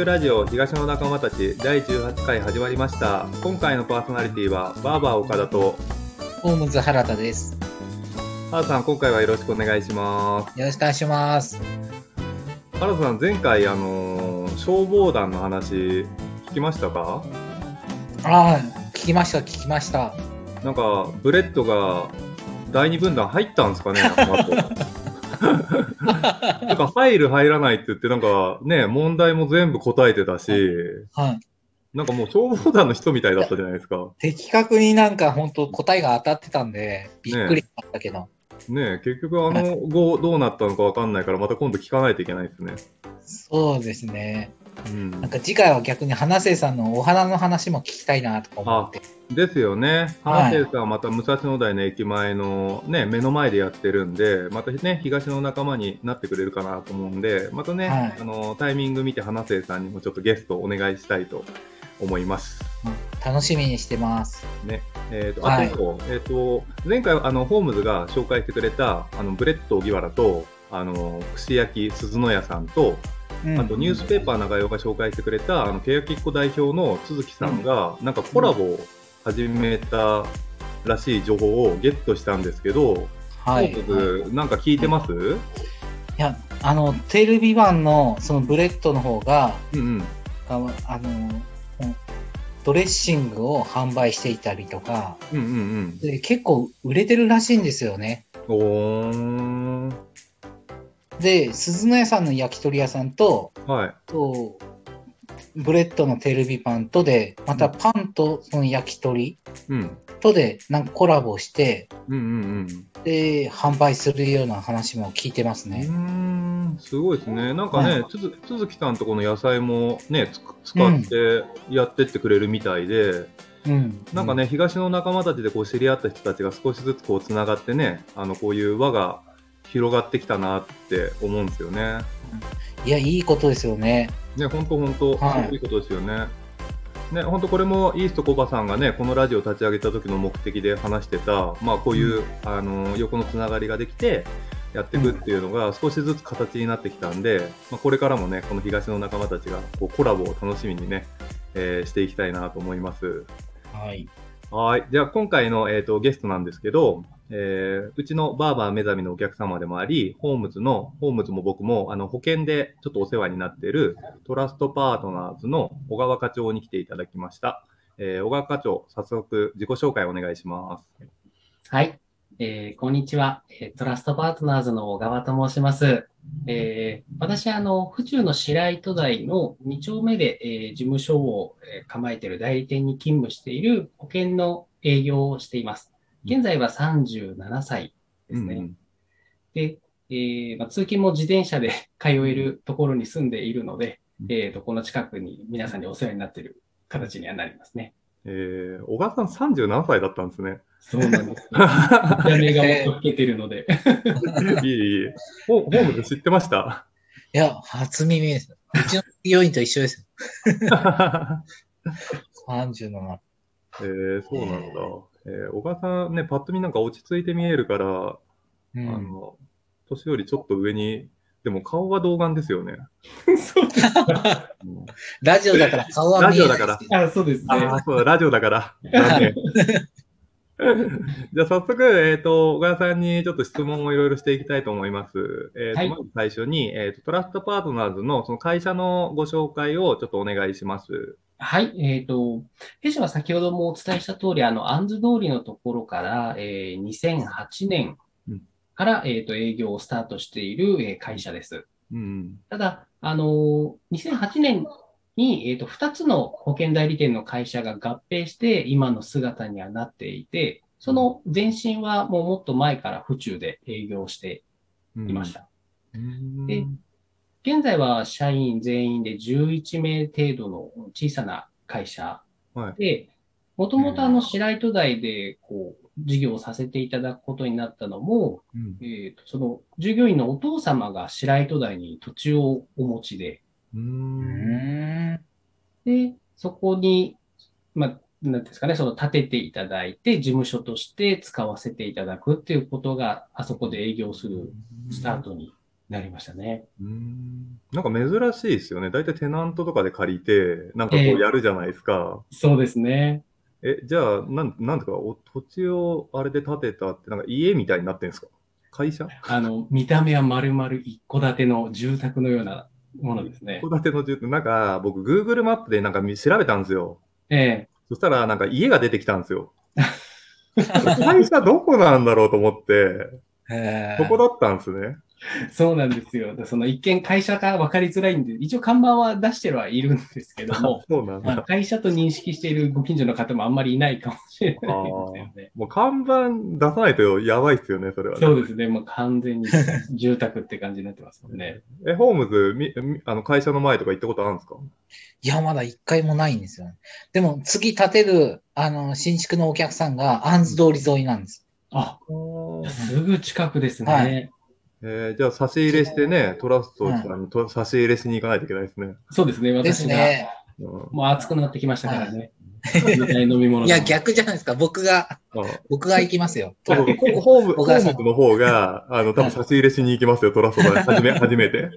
通ラジオ東の仲間たち第18回始まりました。今回のパーソナリティはバーバー岡田とホームズ原田です。 原田さん、今回はよろしくお願いします。 よろしくお願いします。 原田さん、前回消防団の話聞きましたか？ ああ、聞きました。 なんかブレッドが第二分団入ったんですかね、あの後なんか入る入らないって言ってなんかね、問題も全部答えてたし、 はい。 なんかもう消防団の人みたいだったじゃないですか。 的確になんか本当答えが当たってたんで、びっくりしねましたけど。 ね結局はい、 後どうなったのかわかんないからまた今度聞かないといけないですね。 そうですね。 うん。 なんか次回は逆に花瀬さんのお花の話も聞きたいなとか思っあ、 て。 ですよね。花はい。 生さんはまた武蔵野台の駅前のね、目の前でやってるんで、またね、東の仲間になってくれるかなと思うんで、またね、 はい。 タイミング見て花生さんにもちょっとゲストをお願いしたいと思います。 うん、楽しみにしてます。 ね。あはい。 と、前回、ホームズが紹介してくれた、ブレッド荻原と、串焼き鈴野屋さんと、 うん、うあと、ニューん、 スペーパー長代が紹介してくれた、欅っ子代表の都築さんうん、 が、なんかうん。 コラボを始めたらしい情報をゲットしたんですけど、ホーはい、はい。 ムズ、なんか聞いてます？うんいや、テレビ版のそのブレッドの方が、 うん。 ああの、ドレッシングを販売していたりとか、 うんうんで結構売れてるらしいんですよね。 うん。おー。 で、鈴野屋さんの焼き鳥屋さんと、 はい。 とブレッドのテレビパンとで、またうんパンとその焼き鳥うん。 とでなんかコラボして、 うんうんで、販売するような話も聞いてますうん。 ね。 すごいですね。なんかはい。 ね、都築さんとこの野菜もね、使っうん。 てやってってくれるみたいで、 うん。うん。 なんかね、東の仲間たちでこう知り合った人たちが少しずつこうつながってね、こういう輪が広がってきたなって思うんですよね。 いや、いいことですよね。 ね、ほんとほんと、すはい。 ごいことですよね。ね、ほんとこれもイーストコバさんがね、このラジオを立ち上げた時の目的で話してた、まあこういう、 うん。 横のつながりができて、やっていくっうん。 ていうのが少しずつ形になってきたんで、まあ、これからもね、この東の仲間たちがこうコラボを楽しみにね、していきたいなと思います。 はい。 はい。じゃあ今回の、ゲストなんですけど、うちのバーバー目覚めのお客様でもあり、ホームズも僕も保険でちょっとお世話になっているトラストパートナーズの小川課長に来ていただきました。小川課長、早速自己紹介お願いします。 はい。こんにちは。トラストパートナーズの小川と申します。私は、府中の白糸台の2丁目で、事務所を構えている代理店に勤務している保険の営業をしています。現在は37歳ですね。 うんうん。 で、通勤も自転車で通えるところに住んでいるので、この近くに皆さんにお世話になっている形にはなりますね。 小川さん37歳だったんですね。 そうなんですよ。見た目がもっと老けてるので。 いい、いい。ホームズ知ってました？ いや、初耳です。うちの病院と一緒です。37。 そうなんだ。 え小川さんね、パッと見なんか落ち着いて見えるから、 うん。 あの、年よりちょっと上に、でも顔は童顔ですよね。 そうですか。 うん、 ラジオだから顔はラ見えジオだから。 ないですけど。 あ、そうですね。 ああ、そうだ、ラジオだから。残念。じゃあ早速、小川さんにちょっと質問をいろいろしていきたいと思います。 はい。 まず最初に、トラストパートナーズのその会社のご紹介をちょっとお願いします。 はい。弊社は先ほどもお伝えした通り、アンズ通りのところから、2008年うん。 から、営業をスタートしている、会社です。 うん。 ただ、2008年に、2つの保険代理店の会社が合併して、今の姿にはなっていて、そうん。 の前身はもうもっと前から府中で営業してうん。 いました。 うで、 ん。 現在は社員全員で11名程度の小さな会社はい。 で、もともとうん白糸台で事業をさせていただくことになったのも、 うん。 その従業員のお父様が白糸台に土地をお持ちで、 ううん。 ーん。 で、そこに、まあ、なんですかね、その建てていただいて、事務所として使わせていただくっていうことが、あそこで営業するスタートになりましたね。 なんか珍しいですよね。だいたいテナントとかで借りて、なんかこうええ、 やるじゃないですか。 そうですね。 じゃあ、なんですか、土地をあれで建てたって、なんか家みたいになってんですか？会社？ 見た目は丸々一戸建ての住宅のようなものですね。 戸建ての住宅、なんか僕 Google マップでなんか調べたんですよ。 ええ。 そしたらなんか家が出てきたんですよ。会社どこなんだろうと思って、 へえ。 そこだったんですね。 そうなんですよ。その一見会社か分かりづらいんで、一応看板は出してはいるんですけどあ、 も、 そうなんだ。 会社と認識しているご近所の方もあんまりいないかもしれああ、 ないですよね。 もう看板出さないとやばいっすよね、それはね。 そうですね。もう完全に住宅って感じになってますもんね。 ホームズ、会社の前とか行ったことあるんですか？ いや、まだ一回もないんですよね。でも、次建てる、新築のお客さんが、アンズ通り沿いなんです。 あ、 あーすぐ近くですはい。 ね。 じゃあ差し入れしてね、トラストはい。 さんに差し入れしに行かないといけないですね。 そうですね。 です私が、 ね。 うん、 もう暑くなってきましたからはい。 ね。冷たい飲み物いや、 でも。 逆じゃないですか。 あ、 僕が行きますよ。 そうそうそう、 小川さん。 ホームズの方が、多はい。 分差し入れしに行きますよ、トラストさん。初めて。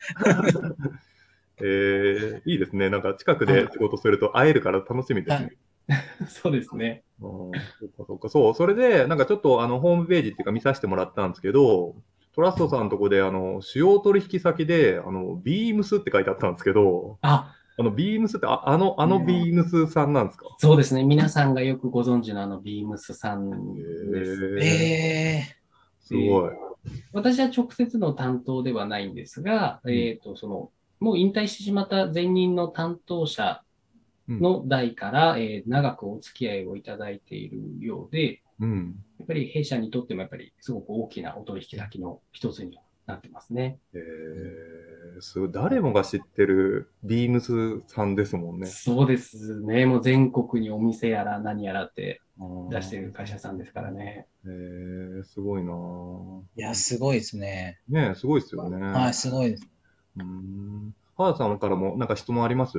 いいですね。なんか近くではい。 仕事すると会えるから楽しみですね。 はい。 そうですね。 そうか、そうか。そう、それで、なんかちょっとホームページっていうか見させてもらったんですけど、トラストさんのとこで、主要取引先で、ビームスって書いてあったんですけど、 あ、 ビームスって、あのビームスさんなんですか？ そうですね。皆さんがよくご存知のビームスさんです。 ええすごい。 私は直接の担当ではないんですが、 うん、 もう引退してしまった前任の担当者うん、 の代から、長くお付き合いをいただいているようで、 うん。 やっぱり弊社にとってもやっぱりすごく大きなお取引先の一つになってますね。 すごい。誰もが知ってるビームスさんですもんね。 そうですね。もう全国にお店やら何やらってあー出している会社さんですからね。 すごいなぁ。 いや、すごいですね。 ねえ、すごいですよね。 はい、すごいです。 原田さんからもなんか質問あります？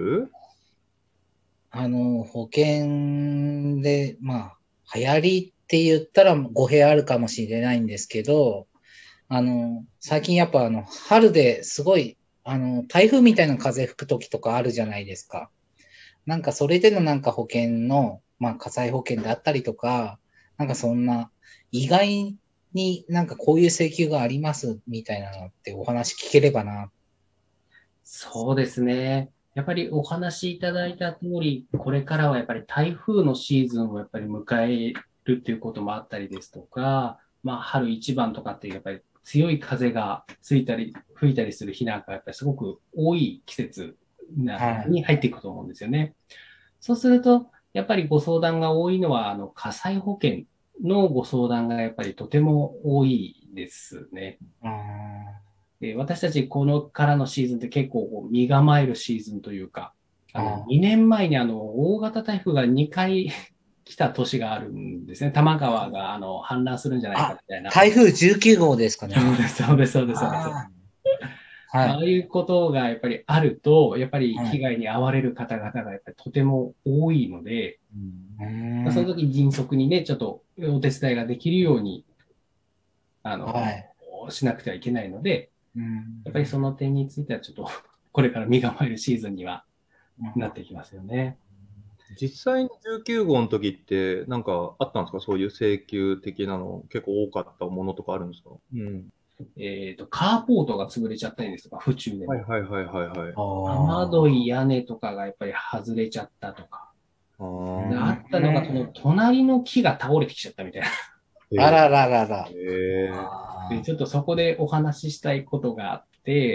保険で、まあ、流行りって言ったら語弊あるかもしれないんですけど、最近やっぱ春ですごい、台風みたいな風吹く時とかあるじゃないですか。なんかそれでのなんか保険の、まあ火災保険であったりとか、なんかそんな、意外になんかこういう請求がありますみたいなのってお話聞ければな。 そうですね。やっぱりお話しいただいた通り、これからはやっぱり台風のシーズンをやっぱり迎えるっていうこともあったりですとか、まあ春一番とかっていうやっぱり強い風がついたり吹いたりする日なんかやっぱりすごく多い季節はい。 に入っていくと思うんですよね。そうすると、やっぱりご相談が多いのは、火災保険のご相談がやっぱりとても多いですね。 うーん。 私たちこのからのシーズンって結構身構えるシーズンというか、 あ 2年前に大型台風が2回来た年があるんですね。多摩川が氾濫するんじゃないかみあ、 たいな。 台風19号ですかね。 そうです、そうです、そうです、そうです。 ああ、はい。 ああいうことがやっぱりあると、やっぱりはい。 被害に遭われる方々がやっぱりとても多いので、 うーそのん。 時迅速にね、ちょっとお手伝いができるように、あの、 はい。 しなくてはいけないので、 うーん。 やっぱりその点についてはちょっとこれから身構えるシーズンにはなってきますよね。 実際に19号の時って、なんかあったんですか？そういう請求的なの結構多かったものとかあるんですか？うん。 カーポートが潰れちゃったりですとか、府中でも。 はいはいはいはいはい。 雨あどい屋根とかがやっぱり外れちゃったとか。 あで、ああ。 ったのが、その隣の木が倒れてきちゃったみたいな。 あ。あえらららら。 で、 あちょっとそこでお話ししたいことがあって、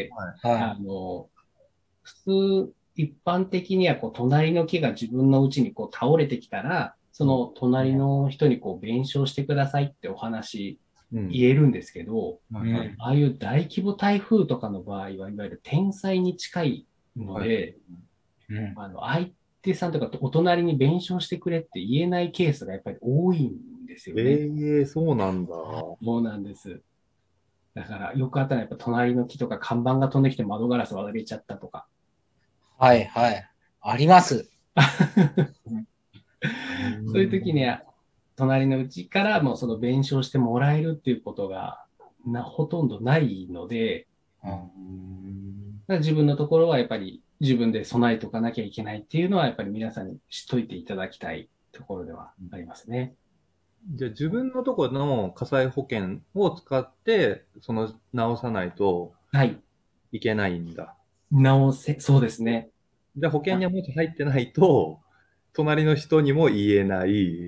あ。はあい。 の、普通、一般的にはこう隣の木が自分の家にこう倒れてきたら、そうん。 の隣の人にこう弁償してくださいってお話うん。 言えるんですけど、 はいはい。 うん。 ああいう大規模台風とかの場合は、いわゆる天災に近いのはい。 で、 うん。 相手さんとかお隣に弁償してくれって言えないケースがやっぱり多いんですよね。 そうなんだ。 そうなんです。だから、よくあったのはやっぱ隣の木とか看板が飛んできて窓ガラス割れちゃったとか。 はい、はい。あります。 うそういう時にん。 は、隣のうちからもうその弁償してもらえるっていうことがほとんどないので、 うんだから自分のところはやっぱり自分で備えておかなきゃいけないっていうのはやっぱり皆さんに知っといていただきたいところではありますね。 じゃあ自分のところの火災保険を使って、直さないとはい。 いけないんだ。 そうですね。 じゃあ保険にはもし入ってないと、隣の人にも言えない。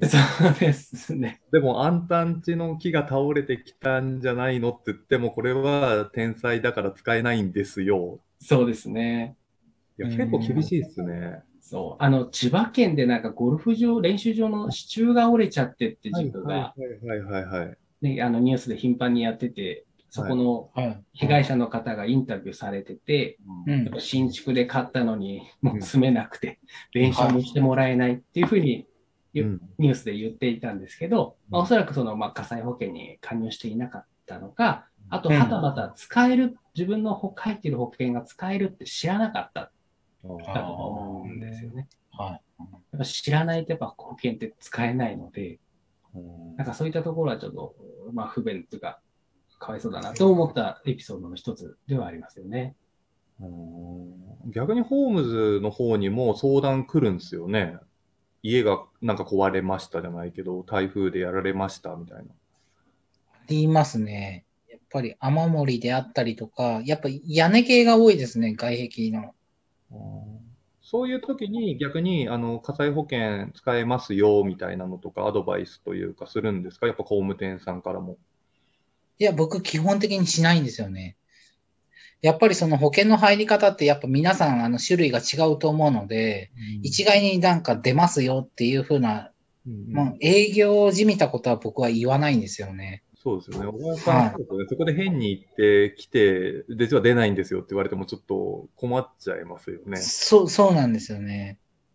そうですね。 でも、あんたんちの木が倒れてきたんじゃないのって言っても、これは天災だから使えないんですよ。 そうですね。 いや、結構厳しいっすね。 そう。千葉県でなんかゴルフ場、練習場の支柱が折れちゃってってはい事故が、 はいはいはいはいはい。 ね、ニュースで頻繁にやってて、そこのはい。 被害者の方がインタビューされてて、 うん。 新築で買ったのにもう住めなくて、弁償もしてもらえないっていうふうにうんニュースで言っていたんですけど、おそらく火災保険に加入していなかったのか、あと、はたまた使える、自分の入っている保険が使えるって知らなかっただと思うんですよね。 はい。 やっぱ知らないとやっぱ保険って使えないので、なんかそういったところはちょっと、不便というか、かわいそうだなと思ったエピソードの一つではありますよね。 逆にホームズの方にも相談来るんですよね。家がなんか壊れましたじゃないけど、台風でやられましたみたいな。 ありますね。やっぱり雨漏りであったりとか、やっぱ屋根系が多いですね、外壁の。 そういう時に逆に火災保険使えますよみたいなのとかアドバイスというかするんですか？やっぱ工務店さんからも。 いや、僕基本的にしないんですよね。やっぱりその保険の入り方ってやっぱ皆さん種類が違うと思うので、一概になんか出ますよっていう風な、営業じみたことは僕は言わないんですよね。 そうですよね。小川さん、そうですよね。そこで変に行ってきて、実は出ないんですよって言われてもちょっと困っちゃいますよね。 そうなんですよね。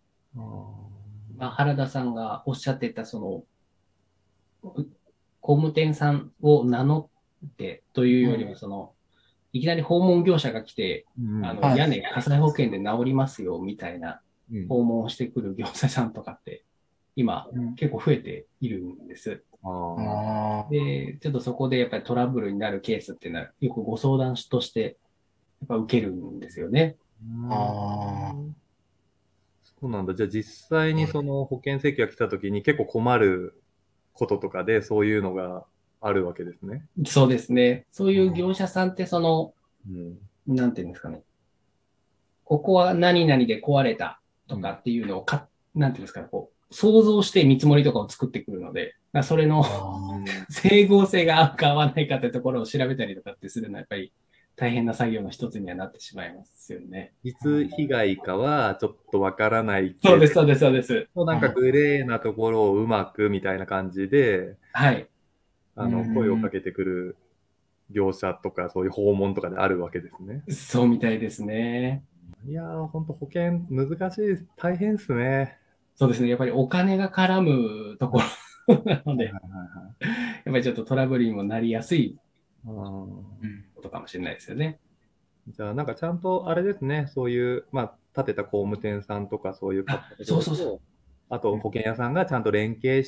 原田さんがおっしゃってた、工務店さんを名乗ってというよりは、いきなり訪問業者が来て、屋根火災保険で治りますよみたいな訪問をしてくる業者さんとかって、今、結構増えているんです。で、ちょっとそこでやっぱりトラブルになるケースっていうのは、よくご相談として、やっぱ受けるんですよね。 そうなんだ。じゃあ実際にその保険請求が来た時に結構困ることとかでそういうのがあるわけですね。 そうですね。そういう業者さんってなんていうんですかね。ここは何々で壊れたとかっていうのをなんていうんですかね、想像して見積もりとかを作ってくるので、それの整合性が合うか合わないかってところを調べたりとかってするのはやっぱり大変な作業の一つにはなってしまいますよね。 実被害かはちょっとわからないけど、 そうです、そうです、そうです。 なんかグレーなところをうまくみたいな感じで、 はい。 声をかけてくる業者とかそういう訪問とかであるわけですね。 そうみたいですね。 いやー、ほんと保険難しいです。大変ですね。 そうですね。やっぱりお金が絡むところなので、やっぱりちょっとトラブルにもなりやすいことかもしれないですよね。 じゃあ、なんかちゃんとあれですね、そういう、建てた工務店さんとかそういう方と、あと保険屋さんがちゃんと連携して、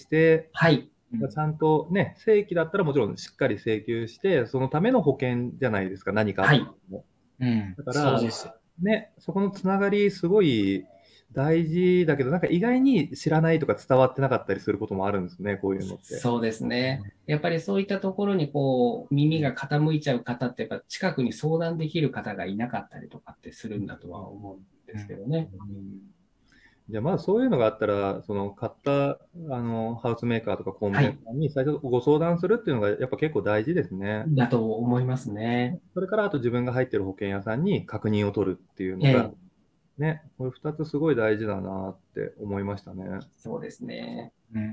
はい。 ちゃんとね、正規だったらもちろんしっかり請求して、そのための保険じゃないですか、何かあっても。だから、ね、そこのつながりすごい大事だけど、なんか意外に知らないとか伝わってなかったりすることもあるんですね、こういうのって。 そうですね。やっぱりそういったところに耳が傾いちゃう方って、やっぱ近くに相談できる方がいなかったりとかってするんだとは思うんですけどね。 じゃあ、まずそういうのがあったら、買ったハウスメーカーとか工務店さんに最初ご相談するっていうのがやっぱ結構大事ですね。 だと思いますね。 それからあと自分が入ってる保険屋さんに確認を取るっていうのが、ね、これ2つすごい大事だなって思いましたね。 そうですね。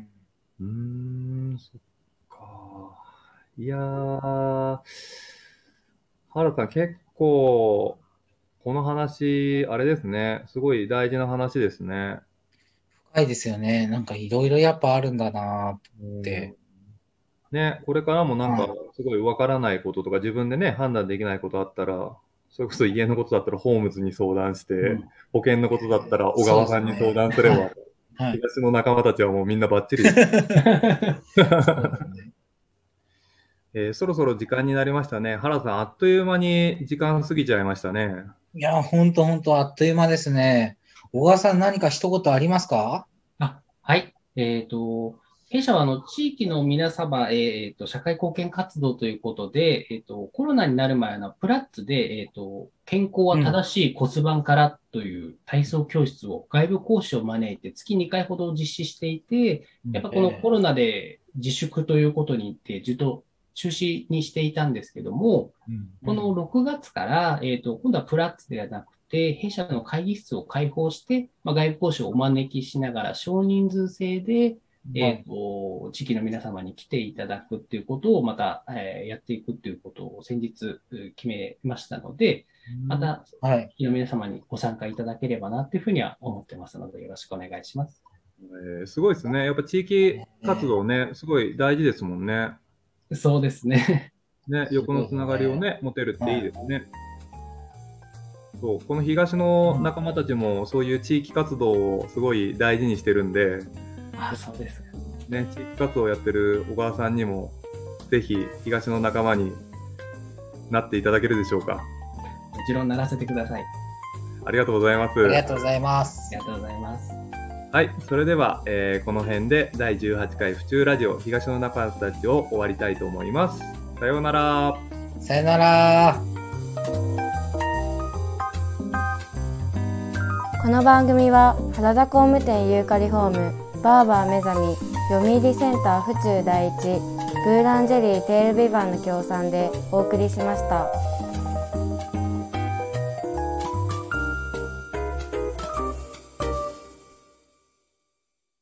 そっか。いやー、原さん結構、この話、あれですね、すごい大事な話ですね。 深いですよね。なんかいろいろやっぱあるんだなって。 ね、これからもなんかすごいわからないこととか自分でね、判断できないことあったら、それこそ家のことだったらホームズに相談して、保険のことだったら小川さんに相談すれば、東の仲間たちはもうみんなバッチリです。 そろそろ時間になりましたね。原さん、あっという間に時間過ぎちゃいましたね。 いや、ほんとあっという間ですね。小川さん何か一言ありますか？ はい。弊社は地域の皆様、社会貢献活動ということで、コロナになる前のプラッツで、健康は正しい骨盤からという体操教室を外部講師を招いて月2回ほど実施していて、やっぱこのコロナで自粛ということによってずっと中止にしていたんですけども、この6月から、今度はプラッツではなくて、弊社の会議室を開放して、外部講師をお招きしながら少人数制で、地域の皆様に来ていただくっていうことをまた、やっていくっていうことを先日決めましたので、また、地域の皆様にご参加いただければなっていうふうには思ってますので、よろしくお願いします。 すごいですね。やっぱ地域活動ね、すごい大事ですもんね。 そうですね。 ね、横のつながりをね、持てるっていいですね。そう、この東の仲間たちもそういう地域活動をすごい大事にしてるんで、 そうですね、地域活動をやってる小川さんにも、ぜひ東の仲間になっていただけるでしょうか。 もちろんならせてください。 ありがとうございます。 ありがとうございます。 ありがとうございます。 はい、それでは、この辺で第18回府中ラジオ東の仲間たちを終わりたいと思います。さようなら。 さよなら。 この番組は原田工務店ユーカリホーム、バーバー目覚み、読売センター府中第一、ブーランジェリーテールビバンの協賛でお送りしました。